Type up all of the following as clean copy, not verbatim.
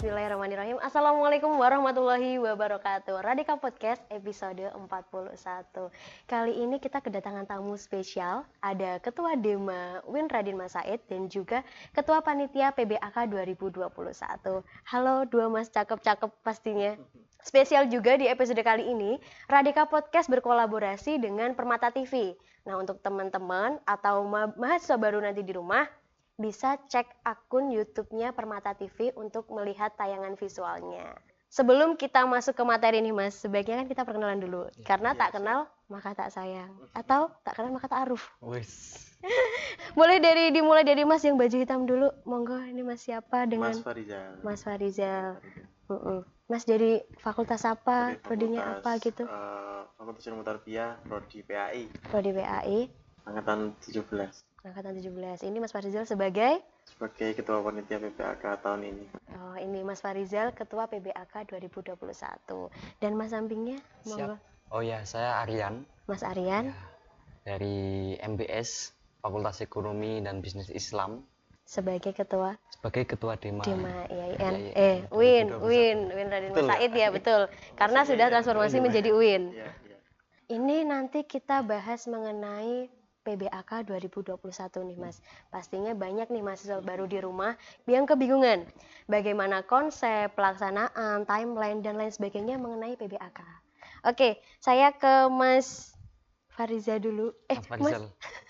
Bismillahirrahmanirrahim. Assalamualaikum warahmatullahi wabarakatuh. Radika Podcast episode 41. Kali ini kita kedatangan tamu spesial. Ada Ketua Dema Win Radin Mas Said dan juga Ketua Panitia PBAK 2021. Halo dua mas cakep-cakep pastinya. Spesial juga di episode kali ini, Radika Podcast berkolaborasi dengan Permata TV. Nah, untuk teman-teman atau mahasiswa baru nanti di rumah, bisa cek akun YouTube-nya Permata TV untuk melihat tayangan visualnya. Sebelum kita masuk ke materi nih Mas, sebaiknya kan kita perkenalan dulu. Karena tak kenal maka tak sayang, atau tak kenal maka tak aruf. Dimulai dari Mas yang baju hitam dulu. Monggo, ini Mas siapa dengan Mas Farizal. Mas dari fakultas apa? Prodinya apa gitu? Fakultas Ilmu Tarbiyah, Prodi PAI. Prodi PAI. Angkatan 17. Angkatan 17. Ini Mas Farizal sebagai Ketua Panitia PBAK tahun ini. Oh, ini Mas Farizal Ketua PBAK 2021. Dan Mas sampingnya, monggo. Oh ya, saya Aryan. Mas Aryan. Ya, dari MBS Fakultas Ekonomi dan Bisnis Islam. Sebagai Ketua Dema IAIN. Win Radin Mas Said ya, betul. Karena sudah transformasi menjadi Win. Ini nanti kita bahas mengenai PBAK 2021 nih Mas. Pastinya banyak nih mahasiswa baru di rumah yang kebingungan bagaimana konsep, pelaksanaan, timeline dan lain sebagainya mengenai PBAK. Oke, saya ke Mas Fariza dulu. Mas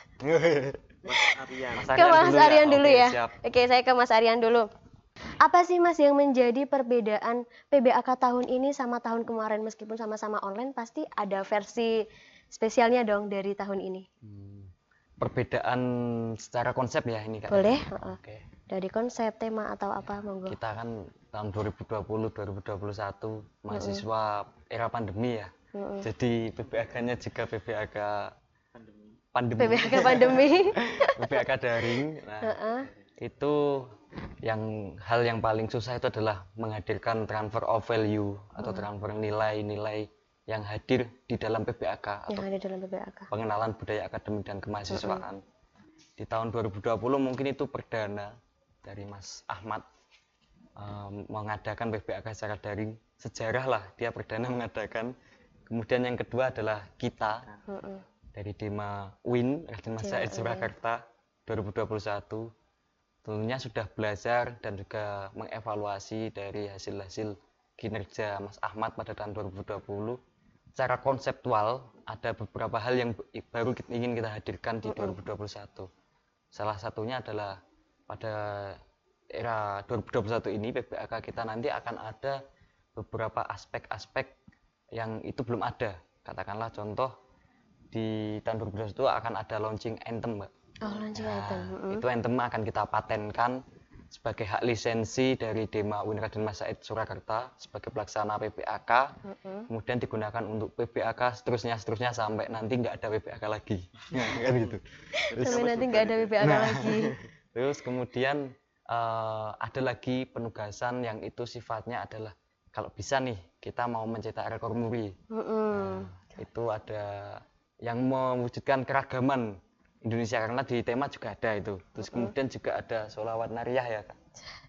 Aryan dulu ya. Siap. Oke, saya ke Mas Aryan dulu. Apa sih Mas yang menjadi perbedaan PBAK tahun ini sama tahun kemarin? Meskipun sama-sama online, pasti ada versi spesialnya dong dari tahun ini. Perbedaan secara konsep ya ini Kak? Boleh. Oke. Dari konsep, tema atau apa, monggo. Kita kan tahun 2020-2021 mahasiswa era pandemi ya. Jadi PBAK-nya juga PBAK pandemi. PBAK pandemi. PBAK daring. Nah, itu hal yang paling susah itu adalah menghadirkan transfer of value atau transfer nilai-nilai yang hadir di dalam PBAK atau pengenalan budaya akademik dan kemahasiswaan. Di tahun 2020 mungkin itu perdana dari Mas Ahmad mengadakan PBAK secara daring. Sejarah lah dia perdana mengadakan. Kemudian yang kedua adalah kita dari Dema Win Radin Mas Said Surakarta 2021. Tentunya sudah belajar dan juga mengevaluasi dari hasil-hasil kinerja Mas Ahmad pada tahun 2020. Secara konseptual ada beberapa hal yang baru ingin kita hadirkan di 2021. Salah satunya adalah pada era 2021 ini PBAK kita nanti akan ada beberapa aspek-aspek yang itu belum ada. Katakanlah contoh di tahun 2021 akan ada launching anthem, Mbak. Oh, launching anthem. Itu anthem akan kita patenkan sebagai hak lisensi dari Dema Win Radin Mas Said Surakarta sebagai pelaksana PBAK, kemudian digunakan untuk PBAK seterusnya sampai nanti nggak ada PBAK lagi, kan gitu. Sampai nanti nggak ada PBAK lagi. Terus kemudian ada lagi penugasan yang itu sifatnya adalah kalau bisa nih kita mau mencetak rekor muri, itu ada yang mewujudkan keragaman Indonesia karena di tema juga ada itu. Terus kemudian juga ada sholawat nariyah ya Kak.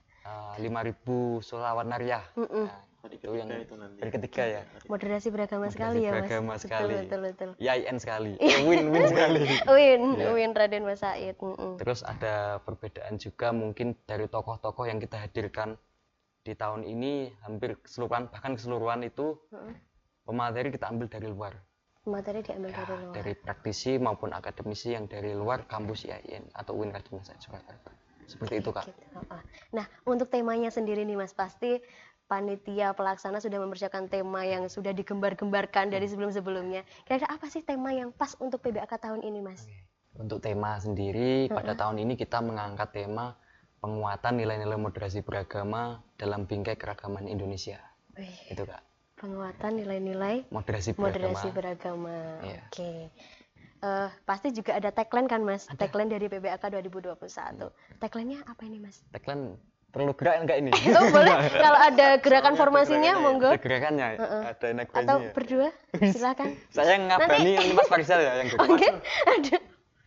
5.000 sholawat nariyah. Itu yang dari ketiga ya. Moderasi beragama sekali ya Mas. Beragama sekali. Betul. IAIN sekali. Win sekali. Win Radin Mas Said. Terus ada perbedaan juga mungkin dari tokoh-tokoh yang kita hadirkan di tahun ini hampir keseluruhan bahkan keseluruhan itu pemateri kita ambil dari luar. Materi diambil dari luar. Dari praktisi maupun akademisi yang dari luar kampus IAIN atau Win Radin Mas Said Surakarta. Seperti itu Kak. Nah, untuk temanya sendiri nih Mas, pasti panitia pelaksana sudah mempersiapkan tema yang sudah digembar-gembarkan dari sebelum-sebelumnya. Kira-kira apa sih tema yang pas untuk PBAK tahun ini Mas? Untuk tema sendiri pada tahun ini kita mengangkat tema penguatan nilai-nilai moderasi beragama dalam bingkai keragaman Indonesia. Itu Kak. Penguatan nilai-nilai moderasi beragama. Iya. Oke. Pasti juga ada tagline kan Mas? Tagline dari PBAK 2021. Tagline-nya apa ini Mas? Tagline perlu gerak enggak ini? Oh boleh, kalau ada gerakan formasinya monggo. Ada gerakannya, ada naik atau berdua, silakan. Saya ngabani yang Mas Farizal ya yang gerak. Oke, ada.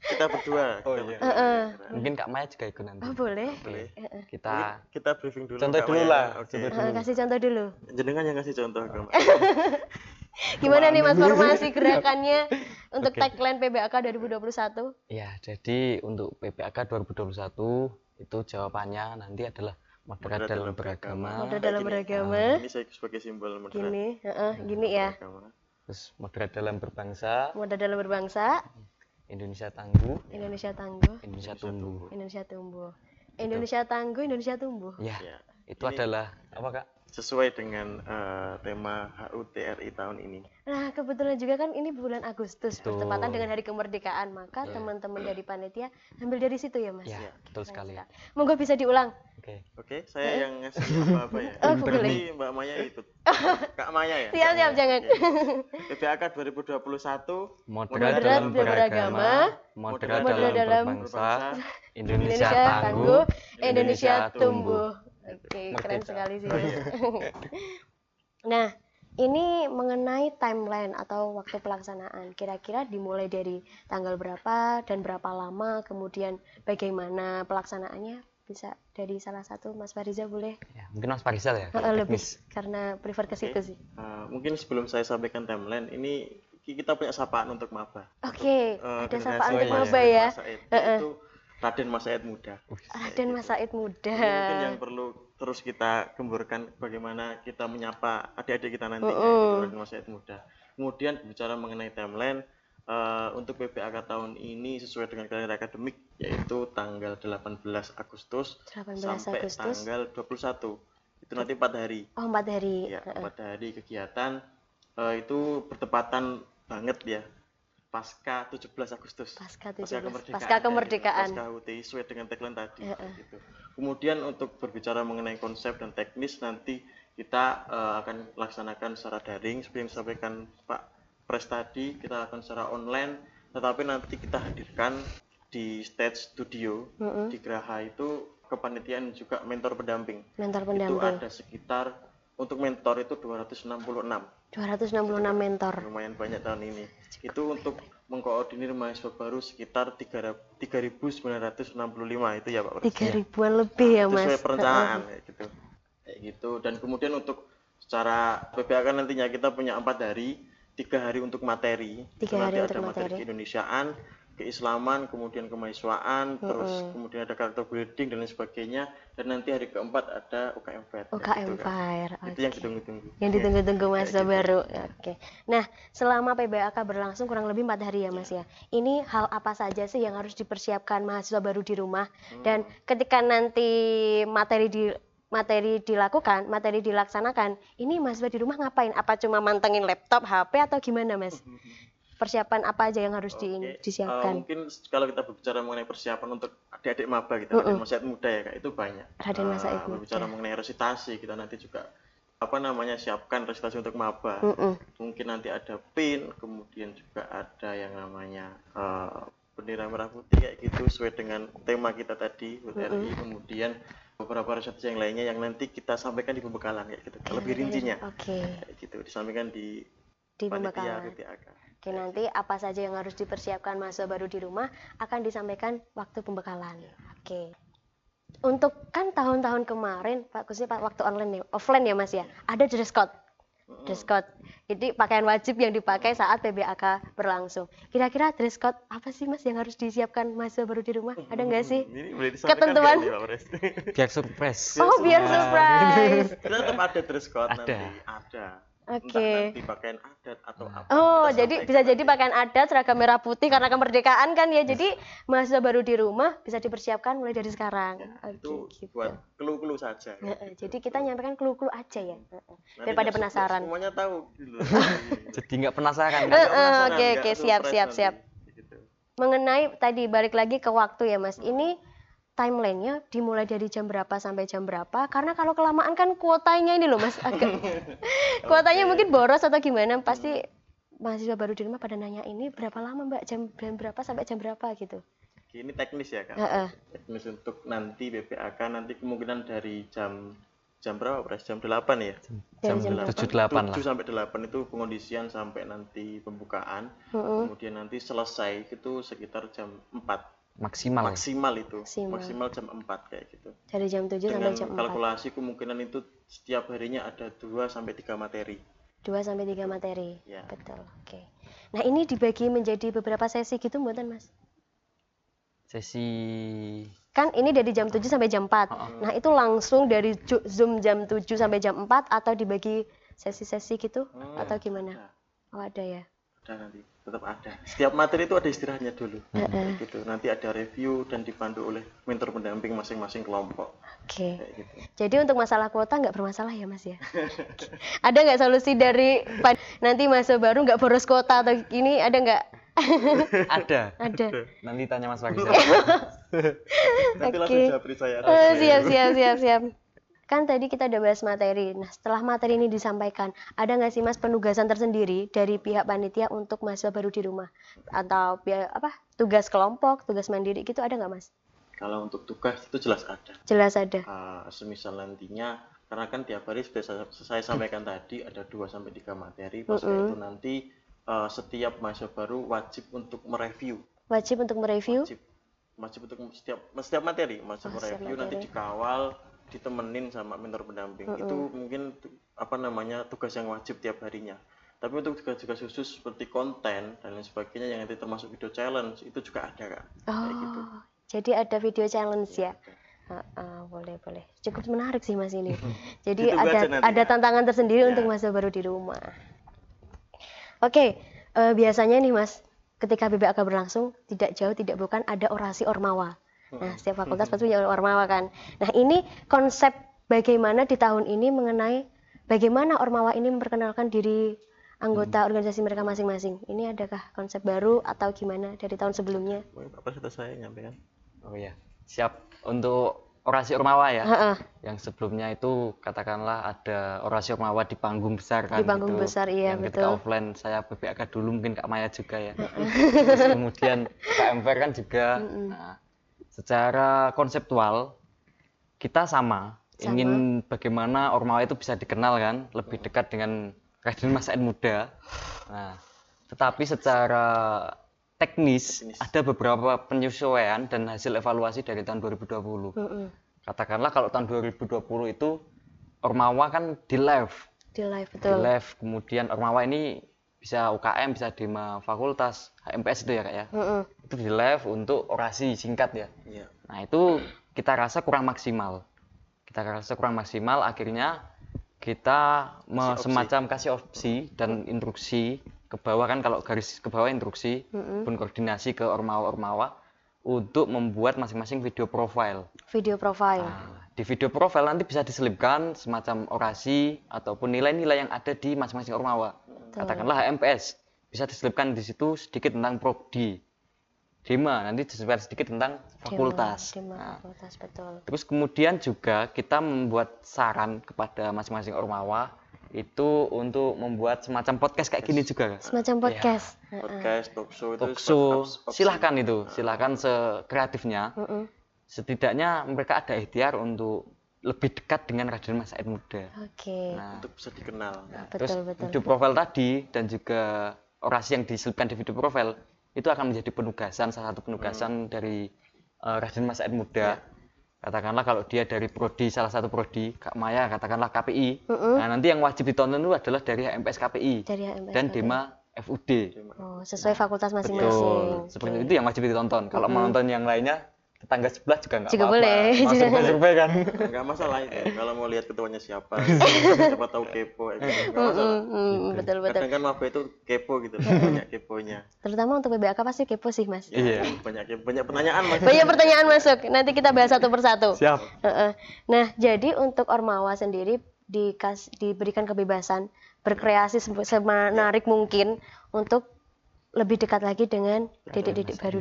kita berdua. Oh, Kita iya. berdua. Mungkin Kak Maya juga ikut nanti. Oh, boleh. Boleh. Kita Kita briefing dulu. contoh Kak dulu Maya. lah. Oke. Contoh dulu. Kasih contoh dulu. Jenengan yang kasih contoh ke Mbak. Gimana nih Mas formasi gerakannya untuk Oke. tagline PBAK 2021? Ya, jadi untuk PPAK 2021 itu jawabannya nanti adalah moderat dalam beragama, Moderat dalam beragama. Ini saya sebagai simbol moderat. Gini, gini ya. Beragama. terus moderat dalam berbangsa, Moderat dalam berbangsa, Indonesia tangguh, Indonesia tangguh, Indonesia tumbuh. Indonesia tumbuh. Indonesia tangguh, Indonesia tumbuh. Ya, Ya. itu Ini adalah apa Kak? sesuai dengan tema HUTRI tahun ini. Nah, kebetulan juga kan ini bulan Agustus, Betul. bertepatan dengan Hari Kemerdekaan, maka teman-teman dari panitia ambil dari situ ya, Mas? Ya, betul sekali. Monggo bisa diulang. Oke. Oke, saya yang ngasih apa-apa ya. Oh, Berarti boleh. Mbak Maya ikut. Kak Maya ya? Siap, siap, jangan. PPAK 2021 Moderat Moderat dalam beragama, beragama, moderat moderat dalam dalam berbangsa, Indonesia Indonesia tangguh, tangguh, Indonesia Indonesia tumbuh. Oke, keren Merdeka. sekali sih. Mas. Nah, ini mengenai timeline atau waktu pelaksanaan. Kira-kira dimulai dari tanggal berapa dan berapa lama, kemudian bagaimana pelaksanaannya? Bisa dari salah satu, Mas Fariza boleh? Ya, mungkin Mas Farizal ya. Lebih teknis. karena prefer ke situ sih. mungkin sebelum saya sampaikan timeline, ini kita punya sapaan untuk maba. Oke, ada Generasi sapaan untuk iya. maba ya. Mas Said, yaitu Raden Mas Said muda. Raden Mas Said muda. Ini mungkin yang perlu terus kita gemburkan bagaimana kita menyapa adik-adik kita nantinya, gitu, Raden Mas Said muda. Kemudian bicara mengenai timeline, untuk PPAK tahun ini sesuai dengan kalender akademik yaitu tanggal 18 Agustus 18 sampai Agustus. tanggal 21. Itu nanti 4 hari. Oh, 4 hari. Ya, 4 hari kegiatan, itu bertepatan banget ya. Pasca 17 Agustus. Pasca Pasca kemerdekaan. kemerdekaan. Pasca HUT sesuai dengan tagline tadi. Gitu. Kemudian untuk berbicara mengenai konsep dan teknis nanti kita akan laksanakan secara daring seperti yang disampaikan Pak Pres tadi, kita akan secara online, tetapi nanti kita hadirkan di stage studio di Graha itu kepanitiaan juga mentor pendamping. Mentor Itu pendamping. ada sekitar untuk mentor itu 266. 266 mentor. Lumayan banyak tahun ini. Itu untuk mengkoordinir mahasiswa baru sekitar 3.965 itu ya Pak Pres. 3.000-an lebih ya, Itu Mas. sesuai perencanaan kayak gitu. Kayak gitu. Dan kemudian untuk secara PPAK nantinya kita punya 4 hari, 3 hari untuk materi. Itu 3 hari nanti untuk ada materi materi. keindonesiaan, keislaman, kemudian kemahasiswaan, terus kemudian ada karakter building dan lain sebagainya. Dan nanti hari keempat ada UKM Fair. kayak UKM gitu, kan. Fair. Itu yang ditunggu-tunggu. Yang ditunggu-tunggu mahasiswa gitu. baru. Oke. Nah, selama PBAK berlangsung kurang lebih 4 hari ya, Mas ya. Ini hal apa saja sih yang harus dipersiapkan mahasiswa baru di rumah? Dan ketika nanti materi dilaksanakan, ini mahasiswa di rumah ngapain? Apa cuma mantengin laptop, HP atau gimana, Mas? Persiapan apa aja yang harus Oke, disiapkan? mungkin kalau kita berbicara mengenai persiapan untuk adik-adik maba kita, Raden Mas Said muda ya, Kak, itu banyak. Raden Mas Said muda. Berbicara mengenai resitasi, kita nanti juga siapkan resitasi untuk maba. Mungkin nanti ada PIN, kemudian juga ada yang namanya bendera merah putih kayak gitu sesuai dengan tema kita tadi HUT-RI. Kemudian beberapa resitasi yang lainnya yang nanti kita sampaikan di pembekalan kayak gitu. Lebih rincinya. Oke. Kayak gitu disampaikan di Pembekalan. panitia PPAK. Oke, nanti apa saja yang harus dipersiapkan mahasiswa baru di rumah akan disampaikan waktu pembekalan. Oke. Untuk kan tahun-tahun kemarin, Pak khususnya Pak waktu offline ya Mas ya, ada dress code. Dress code. Jadi pakaian wajib yang dipakai saat PBAK berlangsung. Kira-kira dress code apa sih Mas yang harus disiapkan mahasiswa baru di rumah? Ada nggak sih? Ini boleh disampaikan Ketentuan. nggak nih, Pak Pres? Biar surprise. Oh, biar surprise. Kita tetap ada dress code Ada. nanti, ada. Oke. Entah nanti pakaian adat atau apa. Oh, kita jadi sampaikan bisa jadi nanti. pakaian adat seragam merah putih karena kemerdekaan kan ya. Jadi mahasiswa baru di rumah bisa dipersiapkan mulai dari sekarang. Itu Oke, gitu. buat clue-clue saja. Jadi kita nyampaikan clue-clue aja ya. Nanti Daripada nggak penasaran. Semuanya tahu gitu. Jadi nggak penasaran. Oke, siap. Gitu. Mengenai tadi balik lagi ke waktu ya Mas. Ini timelinenya dimulai dari jam berapa sampai jam berapa? Karena kalau kelamaan kan kuotanya ini loh Mas agak kuotanya mungkin boros atau gimana? Pasti mahasiswa baru di rumah pada nanya ini berapa lama Mbak? Jam berapa sampai jam berapa gitu? Ini teknis ya Kak. Heeh. Teknis untuk nanti BPAK nanti kemungkinan dari jam jam berapa Pres? Jam 8 ya? Jam Jam 7-8 lah. 7 sampai 8 itu pengondisian sampai nanti pembukaan. Kemudian nanti selesai itu sekitar jam 4. Maksimal. Maksimal itu. Maksimal. Maksimal jam 4 kayak gitu. Dari jam 7 sampai Dengan jam 4. kalkulasi kemungkinan itu setiap harinya ada 2 sampai 3 materi. 2 sampai 3 materi. Ya. Betul. Oke. Nah, ini dibagi menjadi beberapa sesi gitu mboten, Mas? Sesi Kan ini dari jam 7 sampai jam 4. Nah, itu langsung dari Zoom jam 7 sampai jam 4 atau dibagi sesi-sesi gitu atau gimana? Oh, ada ya. Ada nanti, tetap ada. Setiap materi itu ada istirahatnya dulu. Gitu. Nanti ada review dan dipandu oleh mentor pendamping masing-masing kelompok. Oke. Kayak gitu. Jadi untuk masalah kuota nggak bermasalah ya, Mas ya? Ada nggak solusi dari nanti masa baru nggak boros kuota atau ini ada nggak? ada. Ada. Nanti tanya Mas Farizal. Nanti Oke. langsung jawab saya. Siap. Kan tadi kita udah bahas materi. Nah, setelah materi ini disampaikan, ada nggak sih Mas penugasan tersendiri dari pihak panitia untuk mahasiswa baru di rumah? Atau tugas kelompok, tugas mandiri gitu ada nggak Mas? Kalau untuk tugas itu jelas ada. Jelas ada. Semisal nantinya, karena kan tiap hari sudah saya sampaikan tadi ada 2 sampai 3 materi. Pasca itu nanti setiap mahasiswa baru wajib untuk mereview. Wajib untuk mereview? Wajib untuk setiap materi, mereview nanti dikawal, ditemenin sama mentor pendamping. Itu mungkin tugas yang wajib tiap harinya. Tapi untuk tugas khusus seperti konten dan lain sebagainya yang nanti termasuk video challenge itu juga ada Kak. Kayak gitu. Jadi ada video challenge ya? Boleh. Cukup menarik sih Mas ini. Jadi ada tantangan tersendiri untuk mahasiswa baru di rumah. Oke, biasanya nih Mas, ketika BBAK berlangsung, tidak jauh tidak bukan ada orasi Ormawa. Nah, setiap fakultas pasti punya Ormawa kan. Nah, ini konsep bagaimana di tahun ini mengenai bagaimana Ormawa ini memperkenalkan diri anggota organisasi mereka masing-masing. Ini adakah konsep baru atau gimana dari tahun sebelumnya? Apa kata saya nyampaikan? Oh iya, siap untuk orasi Ormawa ya. Yang sebelumnya itu katakanlah ada orasi Ormawa di panggung besar kan. Di panggung besar, iya yang betul. Ketika offline saya BBAK dulu, mungkin Kak Maya juga ya. Terus kemudian Kak Emfer kan juga. Nah, secara konseptual kita sama, ingin bagaimana Ormawa itu bisa dikenal kan, lebih dekat dengan Raden Mas Said muda. Nah, tetapi secara teknis ada beberapa penyesuaian dan hasil evaluasi dari tahun 2020. Katakanlah kalau tahun 2020 itu Ormawa kan di live. Betul. Di live, kemudian Ormawa ini bisa UKM, bisa Dema fakultas, HMPS itu ya Kak ya. Itu di live untuk orasi singkat ya. Nah, itu kita rasa kurang maksimal. Akhirnya kita semacam kasih opsi dan instruksi ke bawah kan, kalau garis ke bawah instruksi pun koordinasi ke Ormawa untuk membuat masing-masing video profile. Nah, di video profile nanti bisa diselipkan semacam orasi ataupun nilai-nilai yang ada di masing-masing Ormawa. Katakanlah HMPS, bisa diselipkan di situ sedikit tentang prodi. Dema nanti diselipkan sedikit tentang fakultas. Fakultas, betul. Terus kemudian juga kita membuat saran kepada masing-masing Ormawa itu untuk membuat semacam podcast kayak gini juga. Semacam podcast. Podcast, talk show, silahkan sekreatifnya. Setidaknya mereka ada ikhtiar untuk lebih dekat dengan Raden Mas Said muda. Nah, untuk bisa dikenal. Terus video profile tadi dan juga orasi yang diselipkan di video profile itu akan menjadi salah satu penugasan dari Raden Mas Said muda. Katakanlah kalau dia dari prodi, salah satu prodi, Kak Maya katakanlah KPI. Nah, nanti yang wajib ditonton itu adalah dari HMPS KPI dan Dema FUD. Sesuai fakultas masing-masing. Seperti itu yang wajib ditonton. Kalau mau nonton yang lainnya, tetangga sebelah juga nggak apa-apa. Boleh. Survei kan. Nggak masalah itu. Kalau mau lihat ketuanya siapa tahu kepo. Nggak masalah. Betul. Kadang kan maba itu kepo gitu, banyak keponya. Terutama untuk BBAK pasti kepo sih Mas. Iya. Banyak pertanyaan Mas. Banyak pertanyaan masuk. Nanti kita bahas satu persatu. Siap. Nah, jadi untuk Ormawa sendiri diberikan kebebasan berkreasi semenarik mungkin untuk lebih dekat lagi dengan didik baru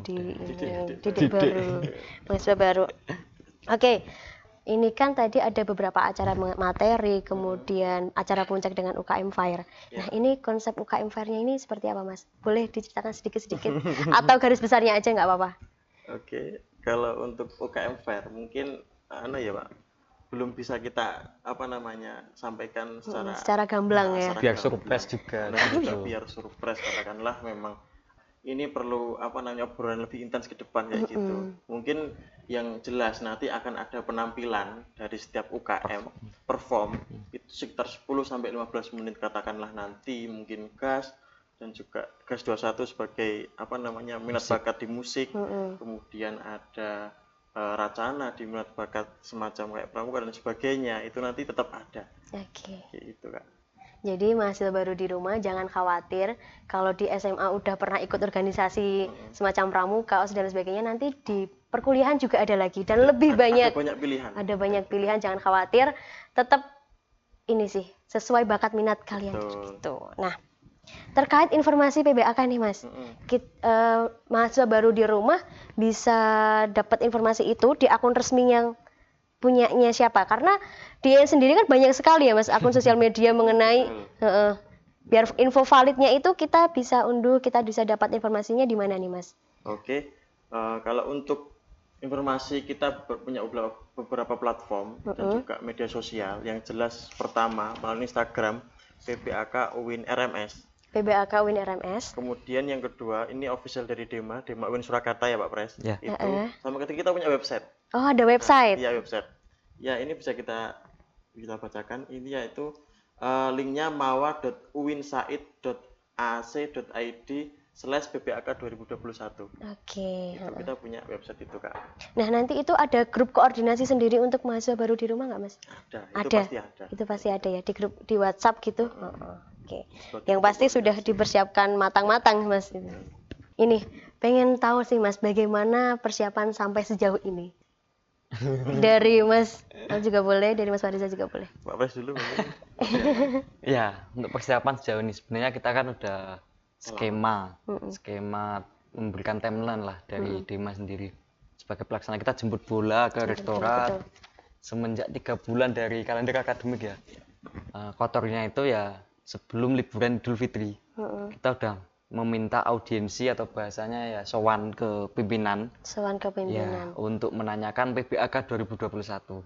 mahasiswa baru. Oke, ini kan tadi ada beberapa acara materi, kemudian acara puncak dengan UKM Fair. Nah, ini konsep UKM Fair-nya ini seperti apa Mas? Boleh diceritakan sedikit-sedikit atau garis besarnya aja nggak apa-apa? Oke, kalau untuk UKM Fair mungkin ya Pak, belum bisa kita sampaikan secara gamblang ya. Biar surprise juga. Nah, juga biar surprise, katakanlah memang ini perlu obrolan lebih intens ke depan kayak gitu. Mungkin yang jelas nanti akan ada penampilan dari setiap UKM perform itu sekitar 10 sampai 15 menit katakanlah nanti, mungkin Gas dan juga Gas 21 sebagai minat bakat di musik. Kemudian ada Racana di minat bakat semacam kayak pramuka dan sebagainya, itu nanti tetap ada. Oke. Gitu Kak. Jadi mahasiswa baru di rumah jangan khawatir kalau di SMA udah pernah ikut organisasi semacam pramuka, OSIS dan sebagainya, nanti di perkuliahan juga ada lagi dan lebih banyak. Ada banyak pilihan. Ada banyak pilihan, jangan khawatir. Tetap ini sih sesuai bakat minat kalian gitu. Nah, terkait informasi PBAK nih Mas, mahasiswa baru di rumah bisa dapat informasi itu di akun resmi yang punyanya siapa? Karena dia sendiri kan banyak sekali ya Mas akun sosial media mengenai biar info validnya itu kita bisa unduh, kita bisa dapat informasinya di mana nih Mas? Oke, kalau untuk informasi kita punya beberapa platform dan juga media sosial. Yang jelas pertama melalui Instagram PBAK UIN RMS. PBAK UIN RMS. Kemudian yang kedua ini official dari Dema UIN Surakarta ya Pak Pres. Ya. Itu sama ketika kita punya website. Oh, ada website. Iya, website. Ya, ini bisa kita bacakan. Ini yaitu linknya mawar.uinsaid.ac.id/ppak 2021. Oke. Itu kita punya website itu Kak. Nah, nanti itu ada grup koordinasi sendiri untuk mahasiswa baru di rumah nggak Mas? Ada. Pasti ada. Itu pasti ada ya di grup di WhatsApp gitu. Oke. Yang pasti sudah dipersiapkan matang-matang Mas. Ini pengen tahu sih Mas bagaimana persiapan sampai sejauh ini. Dari Mas juga boleh, dari Mas Fariza juga boleh. Pak Pres dulu. Ya, untuk persiapan sejauh ini sebenarnya kita kan udah skema memberikan timeline lah dari Dema sendiri. Sebagai pelaksana kita jemput bola ke rektorat semenjak 3 bulan dari kalender akademik ya. Kotornya itu ya sebelum liburan Idul Fitri. Kita udah meminta audiensi atau bahasanya ya sowan ke pimpinan. Ya, untuk menanyakan PBAK 2021.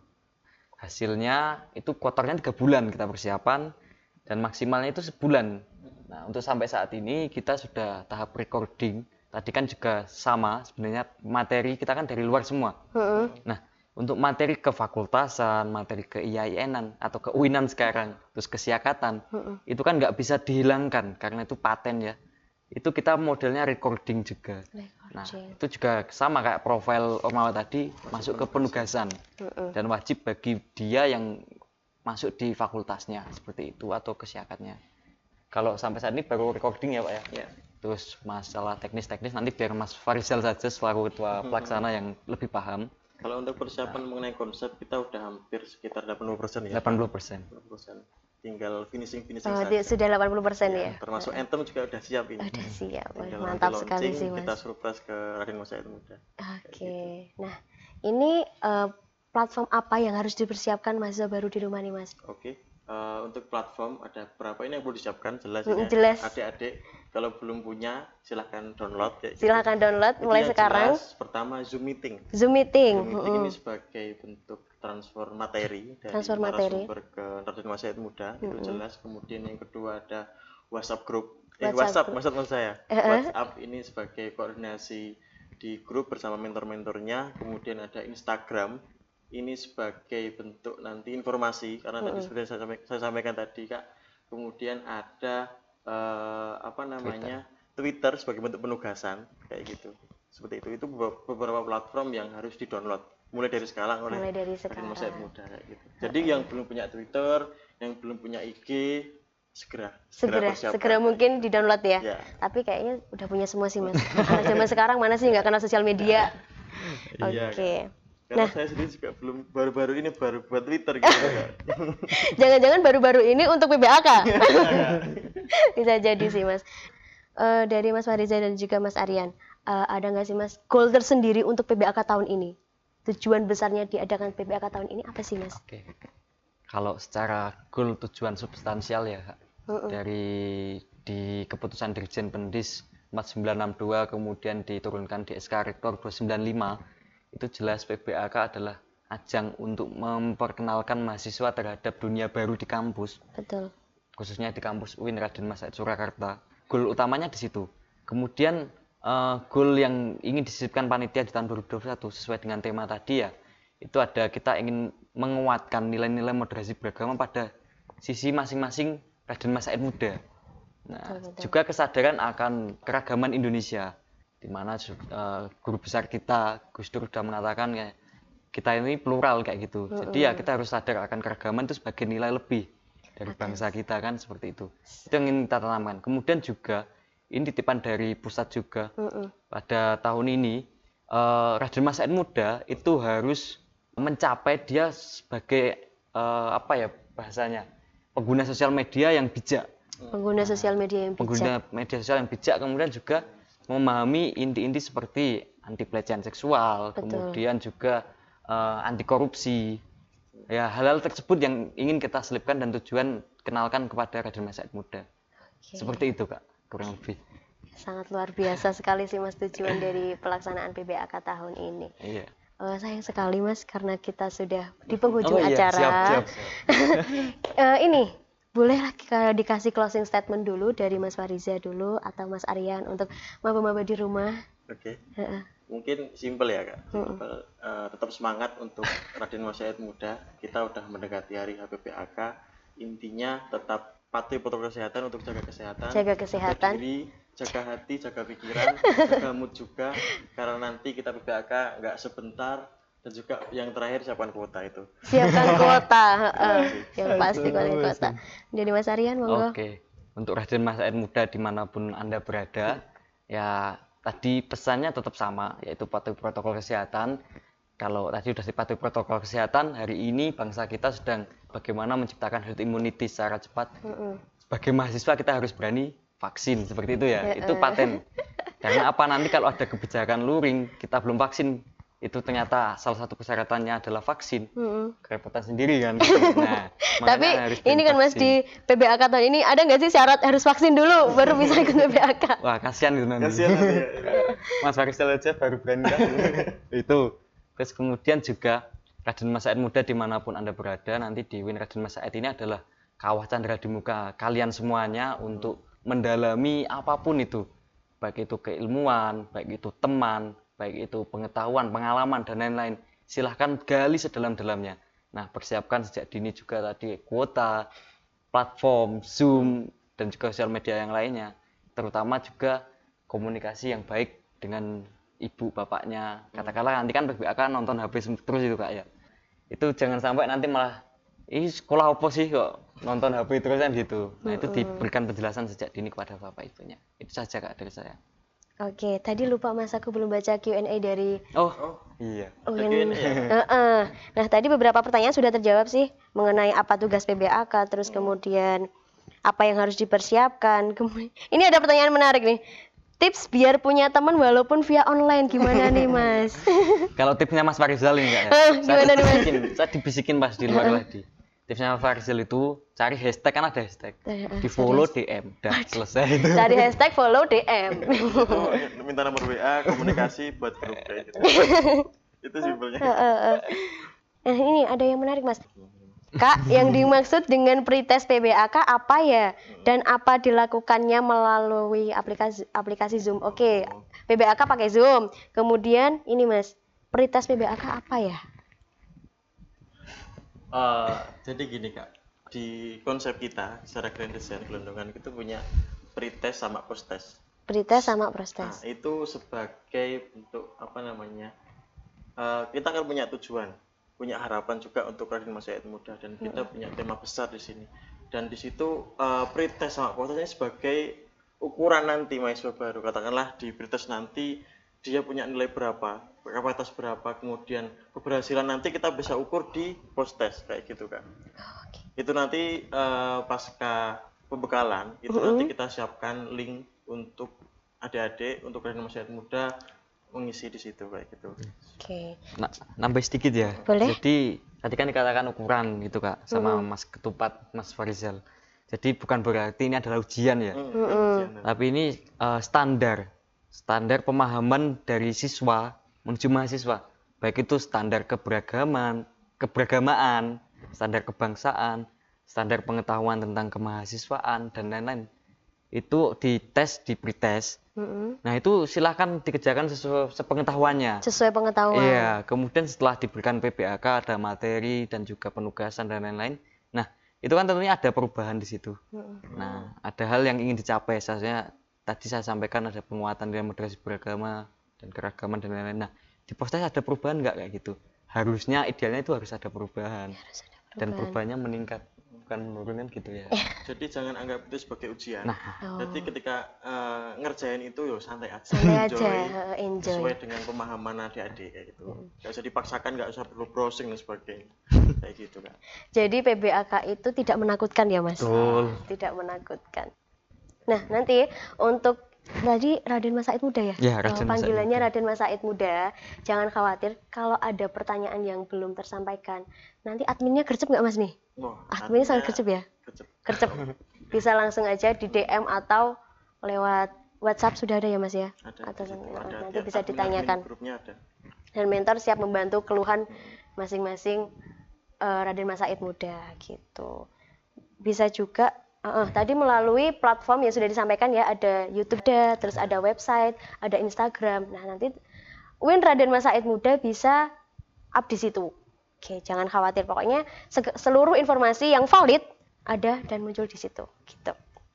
Hasilnya itu kotornya 3 bulan kita persiapan dan maksimalnya itu sebulan. Nah, untuk sampai saat ini kita sudah tahap recording. Tadi kan juga sama sebenarnya materi kita kan dari luar semua. Nah, untuk materi kefakultasan, materi ke IAIN-an atau ke UIN-an sekarang, terus kesiakatan, itu kan nggak bisa dihilangkan karena itu paten ya. Itu kita modelnya recording juga. Nah, itu juga sama kayak profil Ormawa tadi, masuk ke penugasan. Dan wajib bagi dia yang masuk di fakultasnya, seperti itu, atau kesiakatnya. Kalau sampai saat ini baru recording ya Pak ya? Terus masalah teknis-teknis nanti biar Mas Farizal saja selaku ketua pelaksana yang lebih paham. Kalau untuk persiapan mengenai konsep kita udah hampir sekitar 80% ya? 80%. Tinggal finishing saja. Sudah 80% ya? Termasuk anthem juga udah siap ini. Udah siap, mantap sekali sih Mas. Kita surprise ke Raden Mas Said Muda. Oke, nah ini platform apa yang harus dipersiapkan mahasiswa baru di rumah nih Mas? Oke, untuk platform ada berapa ini yang perlu disiapkan jelas jelas. Adik-adik kalau belum punya silahkan download ya. Silahkan download mulai sekarang. Jelas, pertama Zoom Meeting ini sebagai bentuk transfer materi dari narasumber ke Raden Mas Said Muda, itu jelas. Kemudian yang kedua ada WhatsApp group. WhatsApp maksud saya. WhatsApp ini sebagai koordinasi di grup bersama mentor-mentornya. Kemudian ada Instagram ini sebagai bentuk nanti informasi karena tadi sudah saya sampaikan tadi Kak. Kemudian ada Twitter sebagai bentuk penugasan kayak gitu. Seperti itu beberapa platform yang harus di-download mulai dari sekarang oleh Raden Mas Said Muda kayak gitu. Jadi yang belum punya Twitter, yang belum punya IG segera mungkin di-download ya. Tapi kayaknya udah punya semua sih Mas. Anak zaman sekarang mana sih nggak kenal sosial media? Oke. Karena saya sendiri juga belum baru-baru ini baru buat Twitter gitu. Jangan-jangan baru-baru ini untuk PBAK. Bisa jadi sih Mas. Dari Mas Fariza dan juga Mas Aryan, ada nggak sih Mas goal tersendiri untuk PBAK tahun ini? Tujuan besarnya diadakan PBAK tahun ini apa sih Mas? Oke. Kalau secara goal tujuan substansial ya dari di keputusan Dirjen Pendis 4962 kemudian diturunkan di SK Rektor 295, itu jelas PBAK adalah ajang untuk memperkenalkan mahasiswa terhadap dunia baru di kampus. Betul. Khususnya di kampus UIN Raden Mas Said Surakarta. Goal utamanya di situ. Kemudian goal yang ingin disisipkan panitia di tahun 2021 sesuai dengan tema tadi ya, itu ada kita ingin menguatkan nilai-nilai moderasi beragama pada sisi masing-masing Raden Mas Said muda. Nah, betul. juga kesadaran akan keragaman Indonesia, di mana guru besar kita Gus Dur sudah mengatakan ya, kita ini plural kayak gitu. Jadi ya kita harus sadar akan keragaman itu sebagai nilai lebih dari bangsa kita kan, seperti itu. Itu yang ingin kita tanamkan. Kemudian juga ini titipan dari pusat juga. Pada tahun ini Raden Mas Said muda itu harus mencapai dia sebagai apa ya bahasanya, pengguna sosial media yang bijak. Pengguna sosial media yang bijak. Pengguna media sosial yang bijak, kemudian juga memahami inti-inti seperti anti pelecehan seksual, kemudian juga anti korupsi. Ya, hal-hal tersebut yang ingin kita selipkan dan tujuan kenalkan kepada Raden Mas Said muda. Seperti itu Kak, kurang lebih. Sangat luar biasa sekali sih Mas tujuan dari pelaksanaan PBAK tahun ini. Iya. Sayang sekali Mas karena kita sudah di penghujung iya, acara. siap. Ini boleh dikasih closing statement dulu dari Mas Fariza dulu atau Mas Aryan untuk maba-maba di rumah. Oke. Mungkin simpel ya Kak. Simpel. Tetap semangat untuk Raden Mas Said muda. Kita udah mendekati hari HPPAK. Intinya tetap patuhi protokol kesehatan untuk jaga kesehatan. Jaga kesehatan. Jaga diri, jaga hati, jaga pikiran, jaga mood juga. Karena nanti kita PPAK nggak sebentar. Dan juga yang terakhir siapkan kuota itu. Siapkan kuota. Yang pasti kuota. Jadi Mas Aryan monggo. Oke. Untuk Raden Mas Said muda dimanapun Anda berada, ya tadi pesannya tetap sama, yaitu patuhi protokol kesehatan. Kalau tadi sudah dipatuhi protokol kesehatan, hari ini bangsa kita sedang bagaimana menciptakan herd immunity secara cepat. Sebagai mahasiswa kita harus berani vaksin, seperti itu ya. Itu paten. Karena apa, nanti kalau ada kebijakan luring, kita belum vaksin, itu ternyata salah satu persyaratannya adalah vaksin, kerepotan sendiri kan. Nah, tapi ini kan Mas di PBAK tahun ini ada nggak sih syarat harus vaksin dulu baru bisa ikut PBAK? Wah kasihan itu nanti. Kasihan nanti ya. Mas Farisal aja baru berani kan. Itu. Terus kemudian juga Raden Mas Said muda dimanapun Anda berada, nanti di UIN Raden Mas Said ini adalah kawah candra di muka kalian semuanya untuk mendalami apapun itu, baik itu keilmuan, baik itu teman, baik itu pengetahuan, pengalaman, dan lain-lain. Silahkan gali sedalam-dalamnya. Nah, persiapkan sejak dini juga tadi kuota, platform, Zoom, dan juga sosial media yang lainnya. Terutama juga komunikasi yang baik dengan ibu bapaknya. Katakanlah nanti kan PBAK nonton HP terus itu Kak ya. Itu jangan sampai nanti malah, sekolah apa sih kok nonton HP terus kan gitu. Nah, itu diberikan penjelasan sejak dini kepada bapak ibunya. Itu saja Kak dari saya. Oke, tadi lupa Mas aku belum baca Q&A dari iya. Nah, tadi beberapa pertanyaan sudah terjawab sih mengenai apa tugas PBAK, terus kemudian apa yang harus dipersiapkan. Ini ada pertanyaan menarik nih. Tips biar punya teman walaupun via online gimana nih Mas? Kalau tipsnya Mas Farizal ini enggak ya? Gimana nih Mas? Saya dibisikin pas di luar tadi. Tipsnya Mas Farizal itu cari hashtag, kan ada hashtag. Di follow DM, udah selesai itu. Cari hashtag follow DM. Minta nomor WA, komunikasi buat grup kayak gitu. Itu simpelnya. Nah, ini ada yang menarik Mas. Kak, yang dimaksud dengan pretest PBAK apa ya? Dan apa dilakukannya melalui aplikasi Zoom? Oke, PBAK pakai Zoom. Kemudian ini Mas, pretest PBAK apa ya? Jadi gini Kak, di konsep kita secara Grand Design Gelondongan itu punya pretest sama posttest. Pretest sama prostest. Nah, itu sebagai bentuk apa namanya? Kita kan punya tujuan, punya harapan juga untuk Raden Mas Said muda, dan kita punya tema besar di sini. Dan di situ pretest sama posttestnya sebagai ukuran nanti mahasiswa baru. Katakanlah di pretest nanti dia punya nilai berapa, kapasitas berapa, kemudian keberhasilan nanti kita bisa ukur di posttest kayak gitu Kak. Itu nanti pasca pembekalan itu nanti kita siapkan link untuk adik-adik, untuk Raden Mas Said muda mengisi di situ kayak gitu. Oke. Nambah sedikit ya. Boleh. Jadi tadi kan dikatakan ukuran gitu Kak sama Mas Ketupat, Mas Farizal. Jadi bukan berarti ini adalah ujian ya. Tapi ini standar pemahaman dari siswa menuju mahasiswa. baik itu standar keberagamaan, standar kebangsaan, standar pengetahuan tentang kemahasiswaan dan lain-lain. Itu dites, di pretest. Nah itu silakan dikerjakan sesuai sepengetahuannya. Sesuai pengetahuan. Iya, kemudian setelah diberikan PBAK ada materi dan juga penugasan dan lain-lain. Nah itu kan tentunya ada perubahan di situ. Nah ada hal yang ingin dicapai, misalnya tadi saya sampaikan ada penguatan nilai moderasi beragama dan keragaman dan lain-lain. Nah di postes ada perubahan nggak kayak gitu? Harusnya idealnya itu harus ada perubahan. Dan perubahannya meningkat, bukan menurun kan gitu ya. Jadi jangan anggap itu sebagai ujian. Nah, Jadi ketika ngerjain itu yo santai aja. Enjoy. Sesuai dengan pemahaman adik-adik kayak gitu. Nggak usah dipaksakan, nggak usah perlu browsing dan sebagainya. Kayak gitu kan. Jadi PBAK itu tidak menakutkan ya Mas? betul. Tidak menakutkan. Nah nanti untuk tadi Raden Mas Said Muda ya? Ya, Raden Mas Said panggilannya Muda. Raden Mas Said Muda. Jangan khawatir kalau ada pertanyaan yang belum tersampaikan. Nanti adminnya gercep nggak Mas nih? Wah, Adminnya sangat gercep ya? Gercep. Bisa langsung aja di DM atau lewat WhatsApp sudah ada ya Mas ya? Ada. Atau Ada, nanti tiap bisa admin ditanyakan. grupnya ada. Dan mentor siap membantu keluhan masing-masing Raden Mas Said Muda gitu. Bisa juga tadi melalui platform yang sudah disampaikan ya, ada YouTube, terus ada website, ada Instagram. Nah nanti Win Raden Mas Said Muda bisa up di situ. Oke, jangan khawatir, pokoknya seluruh informasi yang valid ada dan muncul di situ gitu.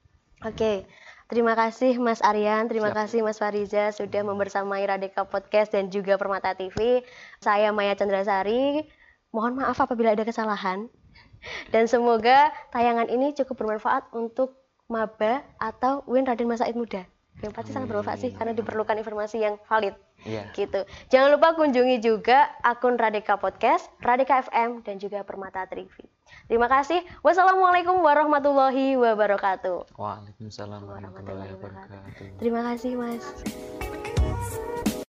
Oke, terima kasih Mas Aryan, terima kasih Mas Fariza sudah membersamai Radika Podcast dan juga Permata TV. Saya Maya Chandrasari, mohon maaf apabila ada kesalahan. Dan semoga tayangan ini cukup bermanfaat untuk maba atau Win Raden Mas Said Muda. Yang pasti sangat bermanfaat sih karena diperlukan informasi yang valid. Iya. Gitu. Jangan lupa kunjungi juga akun Radika Podcast, Radika FM dan juga Permata TV. Terima kasih. Wassalamualaikum warahmatullahi wabarakatuh. Waalaikumsalam warahmatullahi wabarakatuh. Terima kasih Mas.